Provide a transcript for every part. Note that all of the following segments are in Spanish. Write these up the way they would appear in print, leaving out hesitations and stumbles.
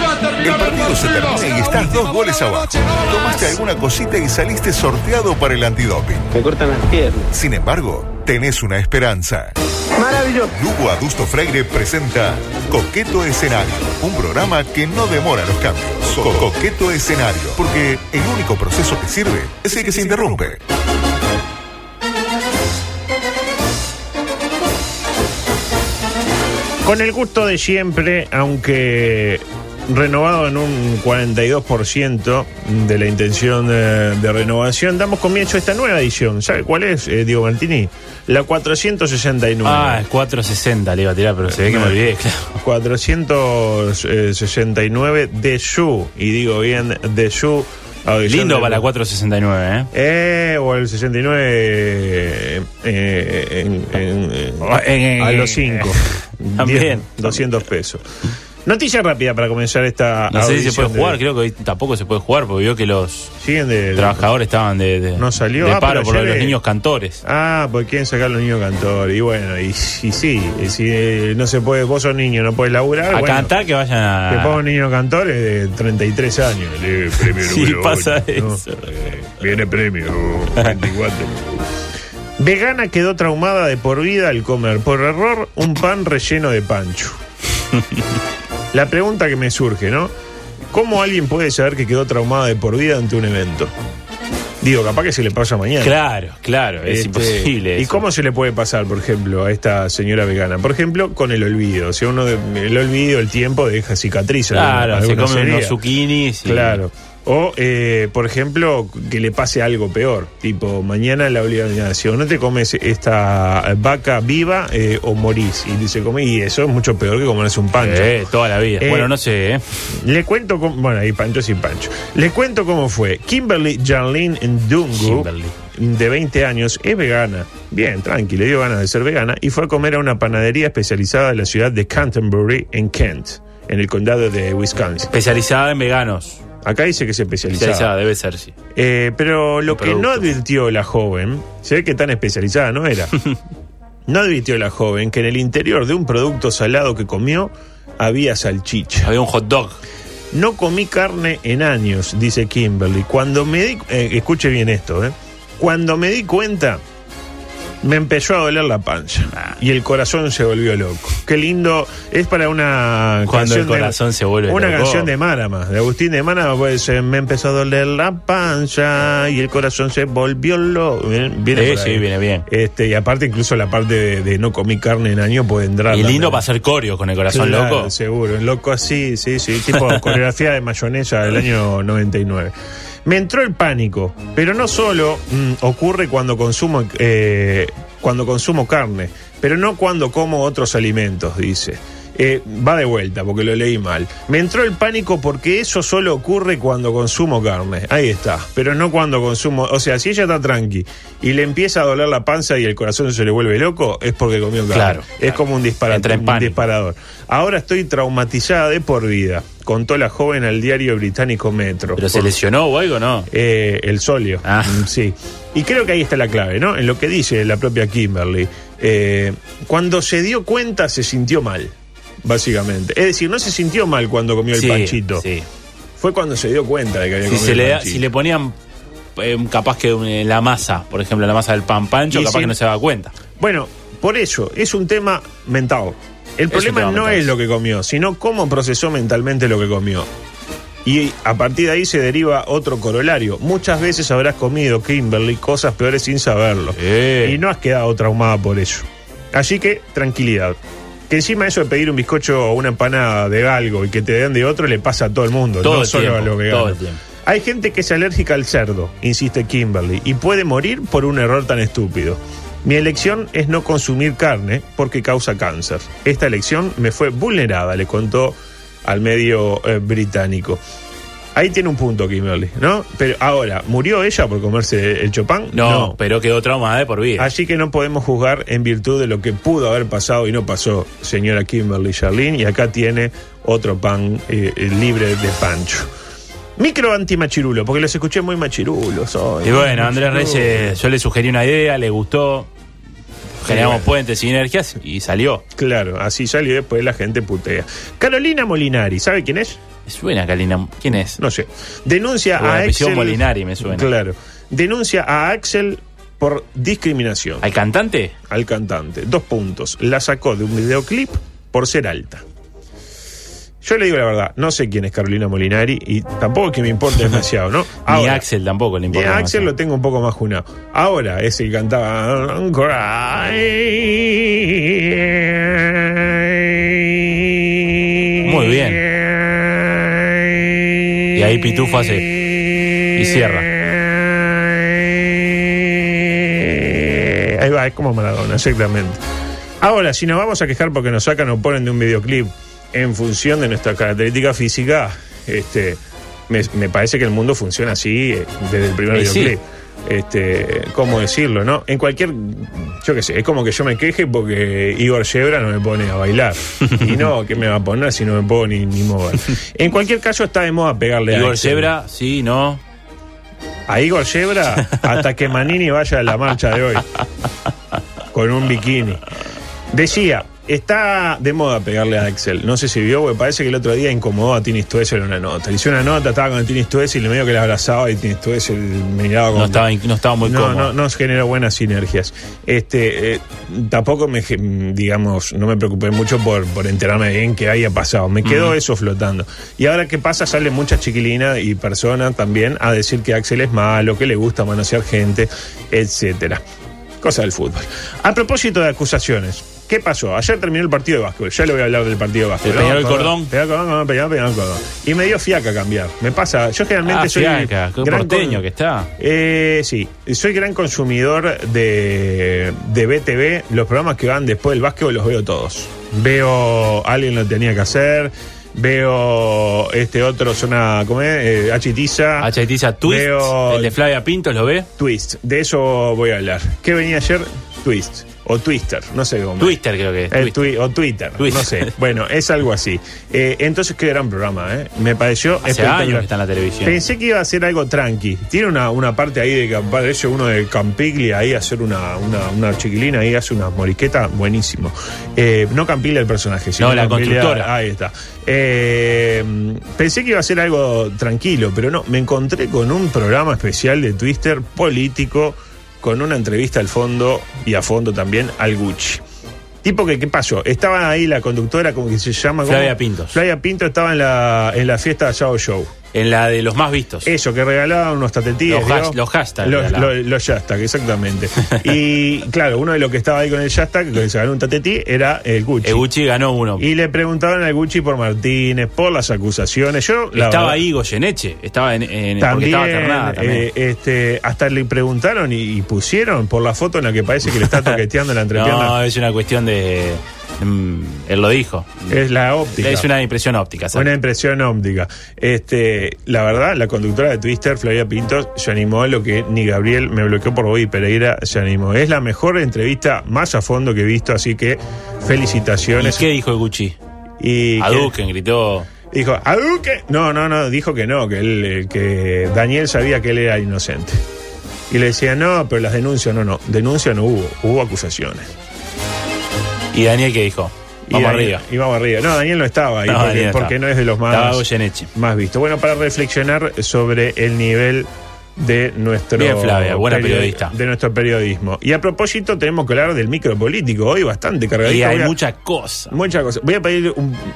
El partido se termina y estás 2 goles abajo. Tomaste alguna cosita y saliste sorteado para el antidoping. Me cortan las piernas. Sin embargo, tenés una esperanza. Maravilloso. Lugo Adusto Freire presenta Coqueto Escenario, un programa que no demora los cambios. Coqueto Escenario, porque el único proceso que sirve es el que se interrumpe. Con el gusto de siempre, aunque renovado en un 42% de la intención de renovación, damos comienzo a esta nueva edición. ¿Sabe cuál es, Diego Martini? La 469. Ah, el 460 le iba a tirar, pero se ve que me olvidé, claro. 469 de Su, y digo bien, de Su. Lindo para la 469, o el 69 a los 5. También. 200 pesos. Noticia rápida para comenzar esta. No sé si se puede jugar, creo que hoy tampoco se puede jugar, porque vio que los trabajadores estaban no salió, de paro por los niños cantores. Porque quieren sacar los niños cantores. Y bueno, y si no se puede, vos sos niño, no podés laburar. A cantar, que vayan a. Que pongan niños cantores de 33 años. Premio sí, número pasa 8, ¿no? eso. Viene premio 24. Vegana quedó traumada de por vida al comer por error un pan relleno de pancho. La pregunta que me surge, ¿no? ¿Cómo alguien puede saber que quedó traumada de por vida ante un evento? Digo, capaz que se le pasa mañana. Claro, es imposible. ¿Y eso. cómo se le puede pasar, por ejemplo, a esta señora vegana? Por ejemplo, con el olvido. O sea, el olvido, el tiempo deja cicatrices. Claro, se come unos zucchinis. Claro. O, por ejemplo, que le pase algo peor. Tipo, mañana la obligación, no te comes esta vaca viva o morís. Y dice, y eso es mucho peor que comerse un pancho. Toda la vida. Bueno, no sé, Le cuento bueno, hay pancho sin pancho. Le cuento cómo fue. Kimberly Janlin Ndungu, de 20 años, es vegana. Bien, tranqui, le dio ganas de ser vegana y fue a comer a una panadería especializada en la ciudad de Canterbury, en Kent, en el condado de Wisconsin. Especializada en veganos. Acá dice que es especializada. Debe ser, sí. Pero lo que no advirtió la joven, se ve que tan especializada no era. No advirtió la joven que en el interior de un producto salado que comió había salchicha. Había un hot dog. No comí carne en años, dice Kimberly. Cuando me di... escuche bien esto, Cuando me di cuenta, me empezó a doler la panza y el corazón se volvió loco. Qué lindo, es para una Cuando canción el corazón se vuelve una loco. Canción de Márama, de Agustín de Márama, pues me empezó a doler la panza y el corazón se volvió loco. Viene bien. Y aparte incluso la parte de no comí carne en año puede entrar. Y lindo para hacer coreo con el corazón loco. Seguro, loco así, sí, tipo coreografía de mayonesa del año 99. Me entró el pánico, pero no solo ocurre cuando consumo carne, pero no cuando como otros alimentos, dice. Va de vuelta, porque lo leí mal. Me entró el pánico porque eso solo ocurre cuando consumo carne. Ahí está, pero no cuando consumo... O sea, si ella está tranqui y le empieza a doler la panza y el corazón se le vuelve loco, es porque comió carne. Claro. Es como un disparador. Ahora estoy traumatizada de por vida, contó la joven al diario británico Metro. ¿Pero se lesionó o algo, no? El solio. Sí. Y creo que ahí está la clave, ¿no? En lo que dice la propia Kimberly. Cuando se dio cuenta, se sintió mal, básicamente. Es decir, no se sintió mal cuando comió el panchito. Sí. Fue cuando se dio cuenta de que había comido el panchito. Si le ponían capaz que la masa, por ejemplo, la masa del pan pancho, capaz que no se daba cuenta. Bueno, por eso, es un tema mental. El problema no es lo que comió, sino cómo procesó mentalmente lo que comió. Y a partir de ahí se deriva otro corolario. Muchas veces habrás comido, Kimberly, cosas peores sin saberlo. Y no has quedado traumada por eso. Así que, tranquilidad. Que encima eso de pedir un bizcocho o una empanada de algo y que te den de otro le pasa a todo el mundo, no solo a los veganos. Todo el tiempo. Hay gente que es alérgica al cerdo, insiste Kimberly, y puede morir por un error tan estúpido. Mi elección es no consumir carne porque causa cáncer. Esta elección me fue vulnerada, le contó al medio británico. Ahí tiene un punto Kimberly, ¿no? Pero ahora, ¿murió ella por comerse el chopán? No, pero quedó traumada de por vida. Así que no podemos juzgar en virtud de lo que pudo haber pasado y no pasó, señora Kimberly Charlene. Y acá tiene otro pan libre de pancho. Micro anti-machirulo, porque los escuché muy machirulos hoy. Y bueno, Andrés Reyes, yo le sugerí una idea, le gustó. generamos puentes, sinergias y salió. Claro, así salió y después la gente putea. Carolina Molinari, ¿sabe quién es? Me suena, Carolina. ¿Quién es? No sé. Denuncia a Axel. Molinari me suena. Claro. Denuncia a Axel por discriminación. ¿Al cantante? Al cantante. 2 puntos. La sacó de un videoclip por ser alta. Yo le digo la verdad, no sé quién es Carolina Molinari y tampoco es que me importe demasiado, ¿no? Ahora, ni Axel tampoco le importa. Ni Axel lo tengo un poco más junado. Ahora es el que cantaba. Muy bien. Y ahí Pitufo hace y cierra. Ahí va, es como Maradona, exactamente. Ahora, si nos vamos a quejar porque nos sacan o ponen de un videoclip en función de nuestra característica física, me parece que el mundo funciona así desde el primer videoclip. ¿Cómo decirlo, no? En cualquier, yo qué sé, es como que yo me queje porque Igor Shebra no me pone a bailar. Y no, ¿qué me va a poner si no me puedo ni mover? En cualquier caso está de moda pegarle a Igor Shebra, sí, no. A Igor Shebra hasta que Manini vaya a la marcha de hoy con un bikini. Decía, está de moda pegarle a Axel. No sé si vio, porque parece que el otro día incomodó a Tini Stoessel en una nota. Le hizo una nota, estaba con Tini Stoessel y le medio que le abrazaba y Tini Stoessel me miraba como... No estaba muy cómodo. No generó buenas sinergias. Tampoco no me preocupé mucho por enterarme bien qué haya pasado. Me quedó eso flotando. Y ahora qué pasa, sale mucha chiquilina y persona también a decir que Axel es malo, que le gusta manosear gente, etcétera. Cosa del fútbol. A propósito de acusaciones, ¿qué pasó? Ayer terminó el partido de básquetbol. Ya le voy a hablar del partido de básquetbol. Peñarol Cordón. Peñarol Cordón. Y me dio fiaca cambiar. Me pasa, yo generalmente soy fiaca, qué porteño que está. Sí, soy gran consumidor de BTV. Los programas que van después del básquetbol los veo todos. Veo Alguien lo tenía que hacer. Veo otro, ¿cómo es? H.Tiza. Twist. El de Flavia Pinto, ¿lo ve? Twist. De eso voy a hablar. ¿Qué venía ayer? Twist. O Twister, no sé cómo. Twister creo que es. O Twitter, no sé. Bueno, es algo así. Entonces, qué gran programa, ¿eh? Me pareció espectacular. Hace años que está en la televisión. Pensé que iba a ser algo tranqui. Tiene una parte ahí de que aparece uno de Campiglia ahí a hacer una chiquilina ahí, hace una morisqueta, buenísimo. No Campiglia el personaje, sino la Campiglia, constructora. Ahí está. Pensé que iba a ser algo tranquilo, pero no. Me encontré con un programa especial de Twister político, con una entrevista al fondo y a fondo también al Gucci. Tipo que, ¿qué pasó? Estaba ahí la conductora, como que se llama... Flavia Pintos. Flavia Pinto estaba en la fiesta de Yao Show. En la de los más vistos. Eso, que regalaban unos tatetíes. Los hashtags. Los hashtags, exactamente. Y claro, uno de los que estaba ahí con el hashtag, que se ganó un tatetí, era el Gucci. El Gucci ganó uno. Y le preguntaban al Gucci por Martínez, por las acusaciones. Estaba ahí Goyeneche, estaba también, porque estaba ternada también. Hasta le preguntaron y pusieron por la foto en la que parece que le está toqueteando la entrepierna. No, es una cuestión de... él lo dijo. Es la óptica. Es una impresión óptica. ¿sabes? Una impresión óptica. La verdad, la conductora de Twister, Flavia Pinto, se animó a lo que ni Gabriel me bloqueó por hoy, Pereira se animó. Es la mejor entrevista más a fondo que he visto, así que felicitaciones. ¿Y qué dijo el Gucci? A Duque gritó. Dijo, ¿a Duque? No, dijo que no, que Daniel sabía que él era inocente. Y le decía, no, pero las denuncias no. Denuncia no hubo acusaciones. ¿Y Daniel qué dijo? Vamos arriba. Y vamos arriba. No, Daniel no estaba ahí porque no es de los más vistos. Bueno, para reflexionar sobre el nivel de nuestro... Bien, Flavia, buena periodista. De nuestro periodismo. Y a propósito, tenemos que hablar del micropolítico. Hoy bastante cargadito. Y hay muchas cosas. Muchas cosas. Voy a pedir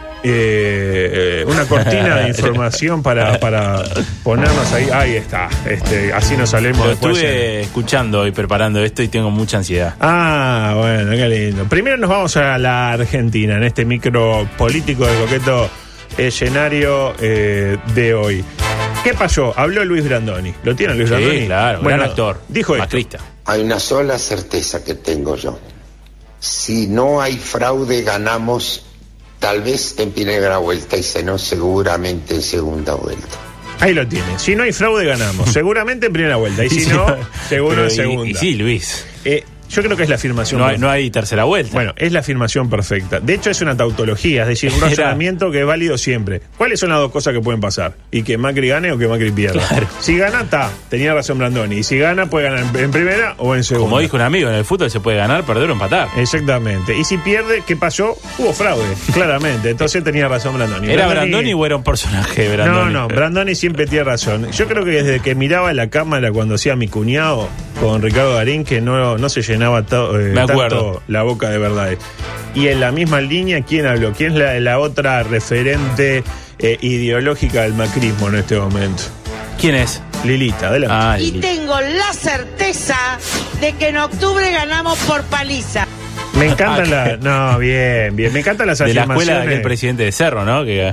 una cortina de información para ponernos ahí. Ahí está. Así nos salimos después. Estuve escuchando y preparando esto y tengo mucha ansiedad. Ah, bueno, qué lindo. Primero nos vamos a la Argentina, en este micropolítico de coqueto escenario de hoy. ¿Qué pasó? Habló Luis Brandoni. ¿Lo tiene Luis Brandoni? Sí, claro, gran actor. Dijo macrista. Hay una sola certeza que tengo yo. Si no hay fraude, ganamos tal vez en primera vuelta y si no, seguramente en segunda vuelta. Ahí lo tiene. Si no hay fraude, ganamos. Seguramente en primera vuelta. Y si no, seguro en segunda. Y sí, Luis. Yo creo que es la afirmación. No hay tercera vuelta. Bueno, es la afirmación perfecta. De hecho, es una tautología, es decir, un razonamiento que es válido siempre. ¿Cuáles son las dos cosas que pueden pasar? Y que Macri gane o que Macri pierda. Claro. Si gana, tenía razón Brandoni. Y si gana, puede ganar en primera o en segunda. Como dijo un amigo, en el fútbol se puede ganar, perder o empatar. Exactamente. Y si pierde, ¿qué pasó? Hubo fraude, claramente. Entonces tenía razón Brandoni. ¿Era Brandoni o era un personaje de Brandoni? No, Brandoni siempre tiene razón. Yo creo que desde que miraba la cámara cuando hacía Mi Cuñado con Ricardo Darín, que no se llenaba tanto la boca de verdades. Y en la misma línea, ¿quién habló? ¿Quién es la otra referente ideológica del macrismo en este momento? ¿Quién es? Lilita, adelante. Y tengo la certeza de que en octubre ganamos por paliza. Me encantan bien. Me encantan las afirmaciones. De la escuela del presidente de Cerro, ¿no? Sí.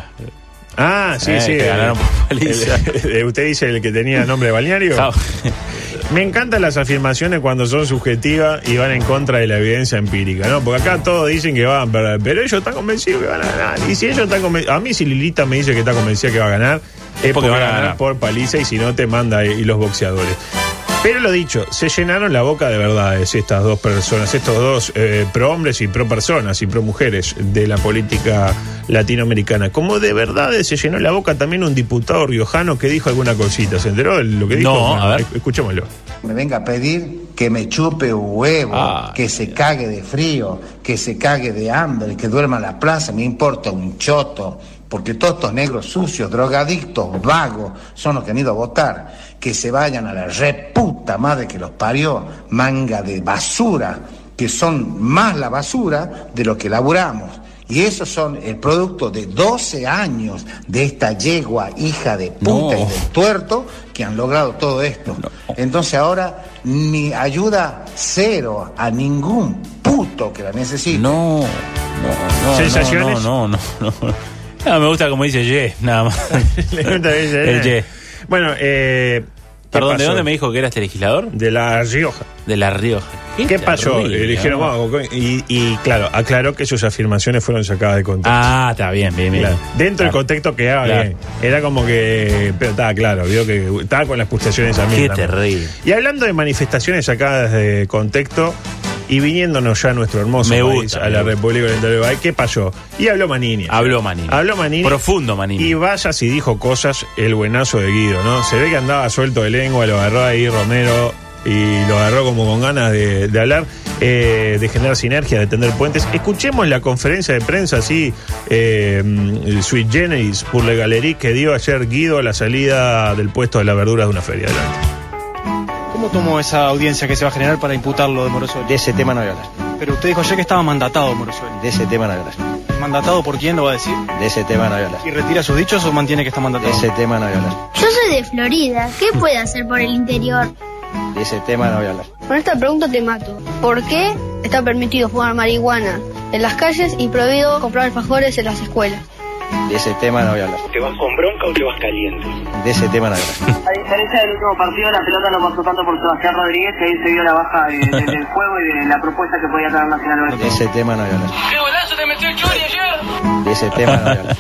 Que ganaron por paliza. ¿Usted dice el que tenía nombre de balneario? No. Me encantan las afirmaciones cuando son subjetivas y van en contra de la evidencia empírica, ¿no? Porque acá todos dicen que van a perder, pero ellos están convencidos que van a ganar. Y si ellos están convencidos, a mí si Lilita me dice que está convencida que va a ganar, es porque van a ganar por paliza, y si no te manda y los boxeadores. Pero lo dicho, se llenaron la boca de verdades estas dos personas, estos dos pro hombres y pro personas y pro mujeres de la política latinoamericana. Como de verdades se llenó la boca también un diputado riojano que dijo alguna cosita. ¿Se enteró de lo que dijo? No, a ver. Escuchémoslo. Me venga a pedir que me chupe un huevo, que se cague de frío, que se cague de hambre, que duerma en la plaza, me importa un choto. Porque todos estos negros sucios, drogadictos, vagos, son los que han ido a votar. Que se vayan a la reputa madre que los parió, manga de basura, que son más la basura de lo que laburamos. Y esos son el producto de 12 años de esta yegua hija de puta y del tuerto que han logrado todo esto. Entonces ahora ni ayuda cero a ningún puto que la necesite. ¿Sensaciones? No, me gusta como dice Ye, nada más. El Ye. Bueno, perdón, ¿de dónde me dijo que era este legislador? De La Rioja. De La Rioja. ¿Qué pasó? Le dijeron, y claro, aclaró que sus afirmaciones fueron sacadas de contexto. Está bien. Claro. Dentro del contexto quedaba bien. Era como que, pero estaba claro, vio que estaba con las pulsaciones a mí. Qué terrible. Y hablando de manifestaciones sacadas de contexto, y viniéndonos ya a nuestro hermoso país, a la República Oriental de Uruguay, ¿qué pasó? Y habló Manini. Habló Manini. Profundo Manini. Y vaya si dijo cosas el buenazo de Guido, ¿no? Se ve que andaba suelto de lengua, lo agarró ahí Romero y lo agarró como con ganas de hablar, de generar sinergia, de tender puentes. Escuchemos la conferencia de prensa así, sui generis pour le galerie, que dio ayer Guido a la salida del puesto de la verdura de una feria. Adelante. ¿Cómo tomó esa audiencia que se va a generar para imputarlo de Morosoli? De ese tema no voy a hablar. Pero usted dijo ayer que estaba mandatado Morosoli. De ese tema no voy a hablar. ¿Mandatado por quién lo va a decir? De ese tema no voy a hablar. ¿Y retira sus dichos o mantiene que está mandatado? De ese tema no voy a hablar. Yo soy de Florida. ¿Qué puede hacer por el interior? De ese tema no voy a hablar. Con esta pregunta te mato. ¿Por qué está permitido fumar marihuana en las calles y prohibido comprar alfajores en las escuelas? De ese tema no voy a hablar. ¿Te vas con bronca o te vas caliente? De ese tema no voy a hablar. A diferencia del último partido, la pelota no pasó tanto por Sebastián Rodríguez, que ahí se vio la baja del juego y de la propuesta que podía traer Nacional Oeste. De ese tema no voy a hablar. ¡Qué golazo te metió el Chori ayer! De ese tema no voy a hablar.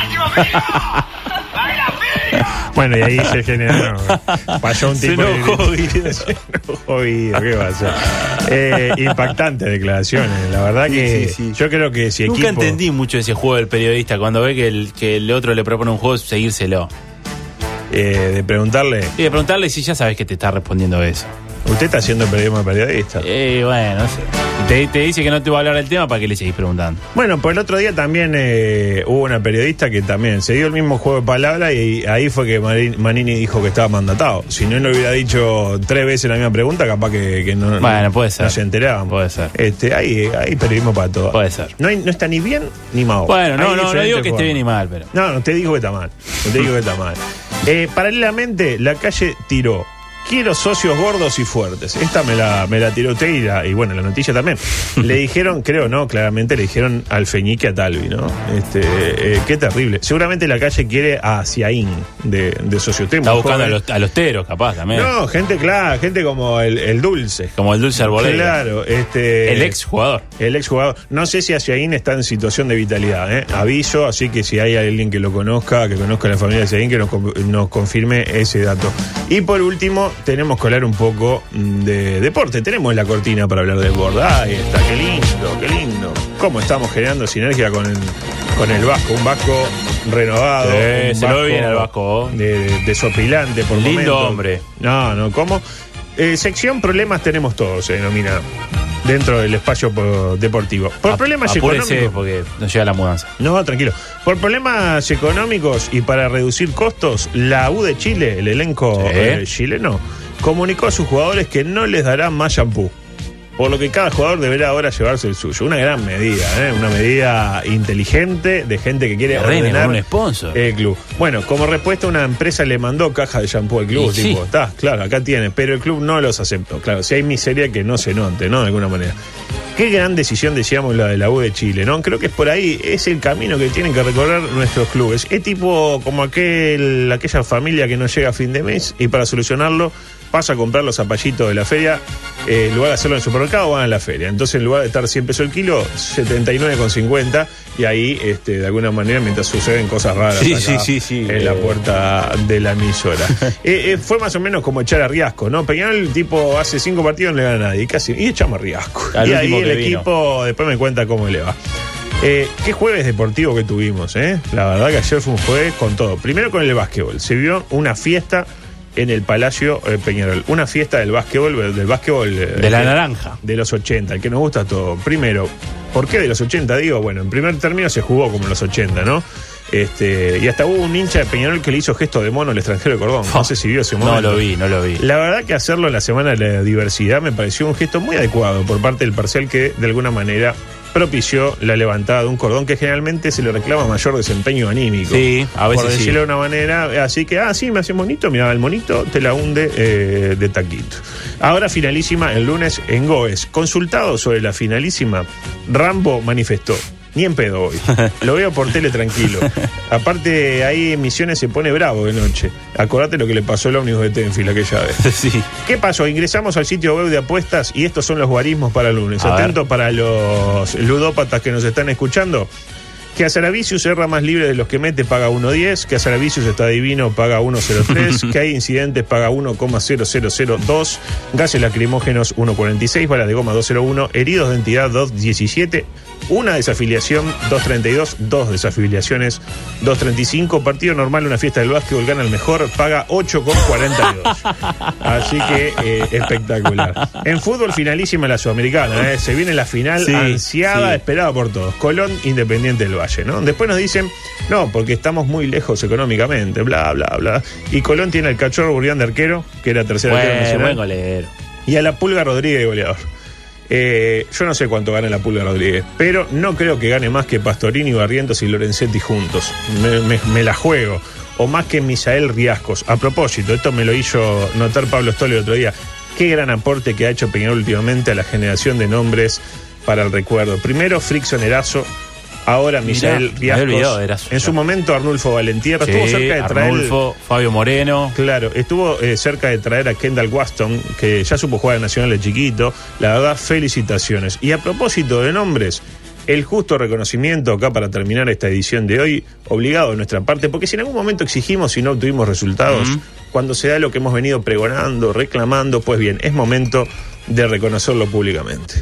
Bueno, y ahí se generó. Pasó un tipo se enojó Guido, ¿qué pasa? Impactantes declaraciones. La verdad que yo creo que si Nunca entendí mucho ese juego del periodista cuando ve que el otro le propone un juego, seguírselo. De preguntarle. Y de preguntarle si ya sabes que te está respondiendo eso. Usted está haciendo periodismo de periodista. Bueno, no sé. Te dice que no te va a hablar del tema, ¿para qué le seguís preguntando? Bueno, pues el otro día también hubo una periodista que también se dio el mismo juego de palabras y ahí fue que Manini dijo que estaba mandatado. Si no le hubiera dicho 3 veces la misma pregunta, capaz que no, bueno, puede ser. No se enteraban. Puede ser. Hay periodismo para todo. Puede ser. No está ni bien ni mal. Bueno, no digo que esté bien ni mal, pero... No, te digo que está mal. Paralelamente, la calle tiró: quiero socios gordos y fuertes. Esta me la tiró usted y bueno, la noticia también. Le dijeron, claramente le dijeron al Feñique a Talvi, ¿no? Qué terrible. Seguramente la calle quiere a Ciaín de socio. Está buscando a los teros, capaz, también. No, gente como el Dulce. Como el Dulce Arboleda. Claro, el exjugador. No sé si a Ciaín está en situación de vitalidad, Aviso, así que si hay alguien que lo conozca, que conozca a la familia de Ciaín, que nos confirme ese dato. Y por último, tenemos que hablar un poco de deporte. Tenemos la cortina para hablar del Board. Ahí está, qué lindo, qué lindo. Cómo estamos generando sinergia con el Vasco. Un Vasco renovado. Se lo ve bien al Vasco. Desopilante por momentos. Lindo hombre. No, ¿cómo? Sección problemas tenemos todos, se denomina dentro del espacio deportivo. Por problemas económicos. Porque no llega la mudanza. No, tranquilo. Por problemas económicos y para reducir costos, la U de Chile, el elenco chileno, comunicó a sus jugadores que no les dará más shampoo. Por lo que cada jugador deberá ahora llevarse el suyo. Una gran medida, una medida inteligente de gente que quiere ordenar un sponsor. El club. Bueno, como respuesta una empresa le mandó caja de shampoo al club. Tipo, está, claro, acá tiene, pero el club no los aceptó. Claro, si hay miseria que no se note, ¿no? De alguna manera. Qué gran decisión, decíamos, la de la U de Chile, ¿no? Creo que es por ahí, es el camino que tienen que recorrer nuestros clubes. Es tipo como aquella familia que no llega a fin de mes y para solucionarlo pasa a comprar los zapallitos de la feria, en lugar de hacerlo en el supermercado, van a la feria. Entonces, en lugar de estar 100 pesos el kilo, 79,50, y ahí, de alguna manera, mientras suceden cosas raras en la puerta de la emisora. Fue más o menos como echar a Riasco, ¿no? Peñarol, tipo, hace 5 partidos no le gana a nadie, y echamos a Riasco. Y ahí el equipo, después me cuenta cómo le va. Qué jueves deportivo que tuvimos, La verdad que ayer fue un jueves con todo. Primero con el básquetbol. Se vio una fiesta en el Palacio Peñarol. Una fiesta del básquetbol de la naranja. De los 80, el que nos gusta todo. Primero, ¿por qué de los 80? Digo, bueno, en primer término se jugó como en los 80, ¿no? Y hasta hubo un hincha de Peñarol que le hizo gesto de mono al extranjero de Cordón. No sé si vio ese momento. No lo vi. La verdad que hacerlo en la Semana de la Diversidad me pareció un gesto muy adecuado por parte del parcial que, de alguna manera, propició la levantada de un cordón que generalmente se le reclama mayor desempeño anímico. Sí, a veces por decirlo de una manera. Así que, sí, me hace bonito. Mira, el monito te la hunde de taquito. Ahora finalísima el lunes en Goes. Consultado sobre la finalísima, Rambo manifestó: ni en pedo hoy. Lo veo por tele tranquilo. Aparte, ahí en Misiones se pone bravo de noche. Acordate lo que le pasó al ómnibus de Tenfield aquella vez. Sí. ¿Qué pasó? Ingresamos al sitio web de apuestas y estos son los guarismos para el lunes. Atento para los ludópatas que nos están escuchando. Que Azaravicius erra más libre de los que mete, paga 1.10. Que Azaravicius está divino, paga 1.03. Que hay incidentes, paga 1,0002. Gases lacrimógenos 1.46. Balas de goma 2.01. Heridos de entidad 2.17. Una desafiliación 2.32. Dos desafiliaciones 2.35. Partido normal, una fiesta del básquetbol, gana el mejor, paga 8,42. Así que espectacular. En fútbol, finalísima la Sudamericana. Se viene la final ansiada, esperada por todos. Colón, Independiente del Valle, ¿no? Después nos dicen, no, porque estamos muy lejos económicamente, bla, bla, bla. Y Colón tiene al Cachorro Burrián de arquero, que era tercera arquero nacional. Buen golero. Y a la Pulga Rodríguez de goleador. Yo no sé cuánto gana la Pulga Rodríguez, pero no creo que gane más que Pastorini, Barrientos y Lorenzetti juntos. Me la juego. O más que Misael Riascos. A propósito, esto me lo hizo notar Pablo Stolle el otro día. Qué gran aporte que ha hecho Peñarol últimamente a la generación de nombres para el recuerdo. Primero, Frickson Erazo. Ahora Misael Riascos. En su momento Arnulfo Valentierra. Estuvo cerca de traer Arnulfo, Fabio Moreno. Claro, estuvo cerca de traer a Kendall Waston, que ya supo jugar en Nacional de chiquito. La verdad, felicitaciones. Y a propósito de nombres, el justo reconocimiento acá para terminar esta edición de hoy, obligado de nuestra parte, porque si en algún momento exigimos y no obtuvimos resultados, cuando se da lo que hemos venido pregonando, reclamando, pues bien, es momento de reconocerlo públicamente.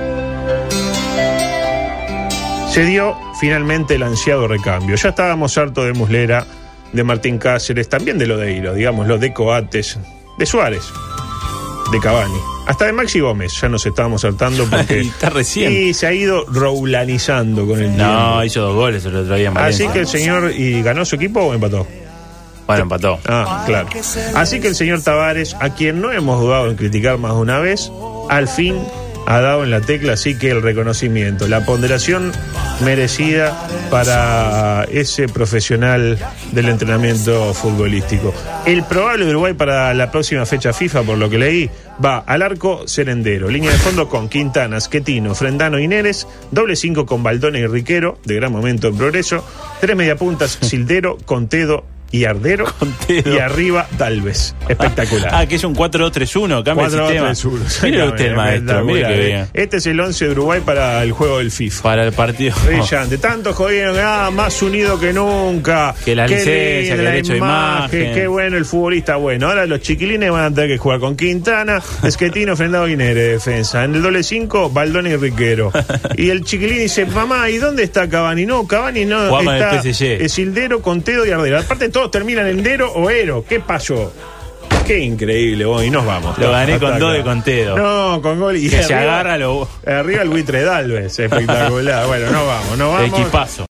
Se dio finalmente el ansiado recambio. Ya estábamos hartos de Muslera, de Martín Cáceres, también de Lodeiro, digámoslo, de Coates, de Suárez, de Cavani, hasta de Maxi Gómez. Ya nos estábamos hartando porque está recién. Y se ha ido roulanizando con el tiempo. No, hizo 2 goles el otro día en Valencia. Así que el señor, ¿y ganó su equipo o empató? Bueno, empató. Claro. Así que el señor Tavares, a quien no hemos dudado en criticar más de una vez, al fin ha dado en la tecla, así que el reconocimiento, la ponderación merecida para ese profesional del entrenamiento futbolístico. El probable Uruguay para la próxima fecha FIFA, por lo que leí, va al arco Cerendero, línea de fondo con Quintana, Schettino, Frendano y Neres, doble 5 con Baldone y Riquero, de gran momento en progreso, 3 mediapuntas Sildero, Contedo y Ardero y arriba Dalves. Espectacular. Que es un 4-2-3-1, cambia el sistema. 4-2-3-1. Mire usted el maestro, mire que bien. Este es el 11 de Uruguay para el juego del FIFA. Para el partido. Brillante. Tanto jodieron, más unido que nunca. Que la licencia, que el derecho de imagen. Qué bueno el futbolista bueno. Ahora los chiquilines van a tener que jugar con Quintana, Schettino, Fernando Guinere, defensa. En el doble 5, Baldoni y Riquero. Y el chiquilín dice, mamá, ¿y dónde está Cavani? No, Cavani no. Jugamos está en el PSG. Es Hildero, Contedo y Ardero. Aparte todos terminan en Dero o Ero. ¿Qué pasó? Qué increíble, y nos vamos. Lo gané con 2 de Contedo. No, con gol. Y que arriba, se agarra arriba el buitre Dalves. Espectacular. Bueno, nos vamos. Equipazo.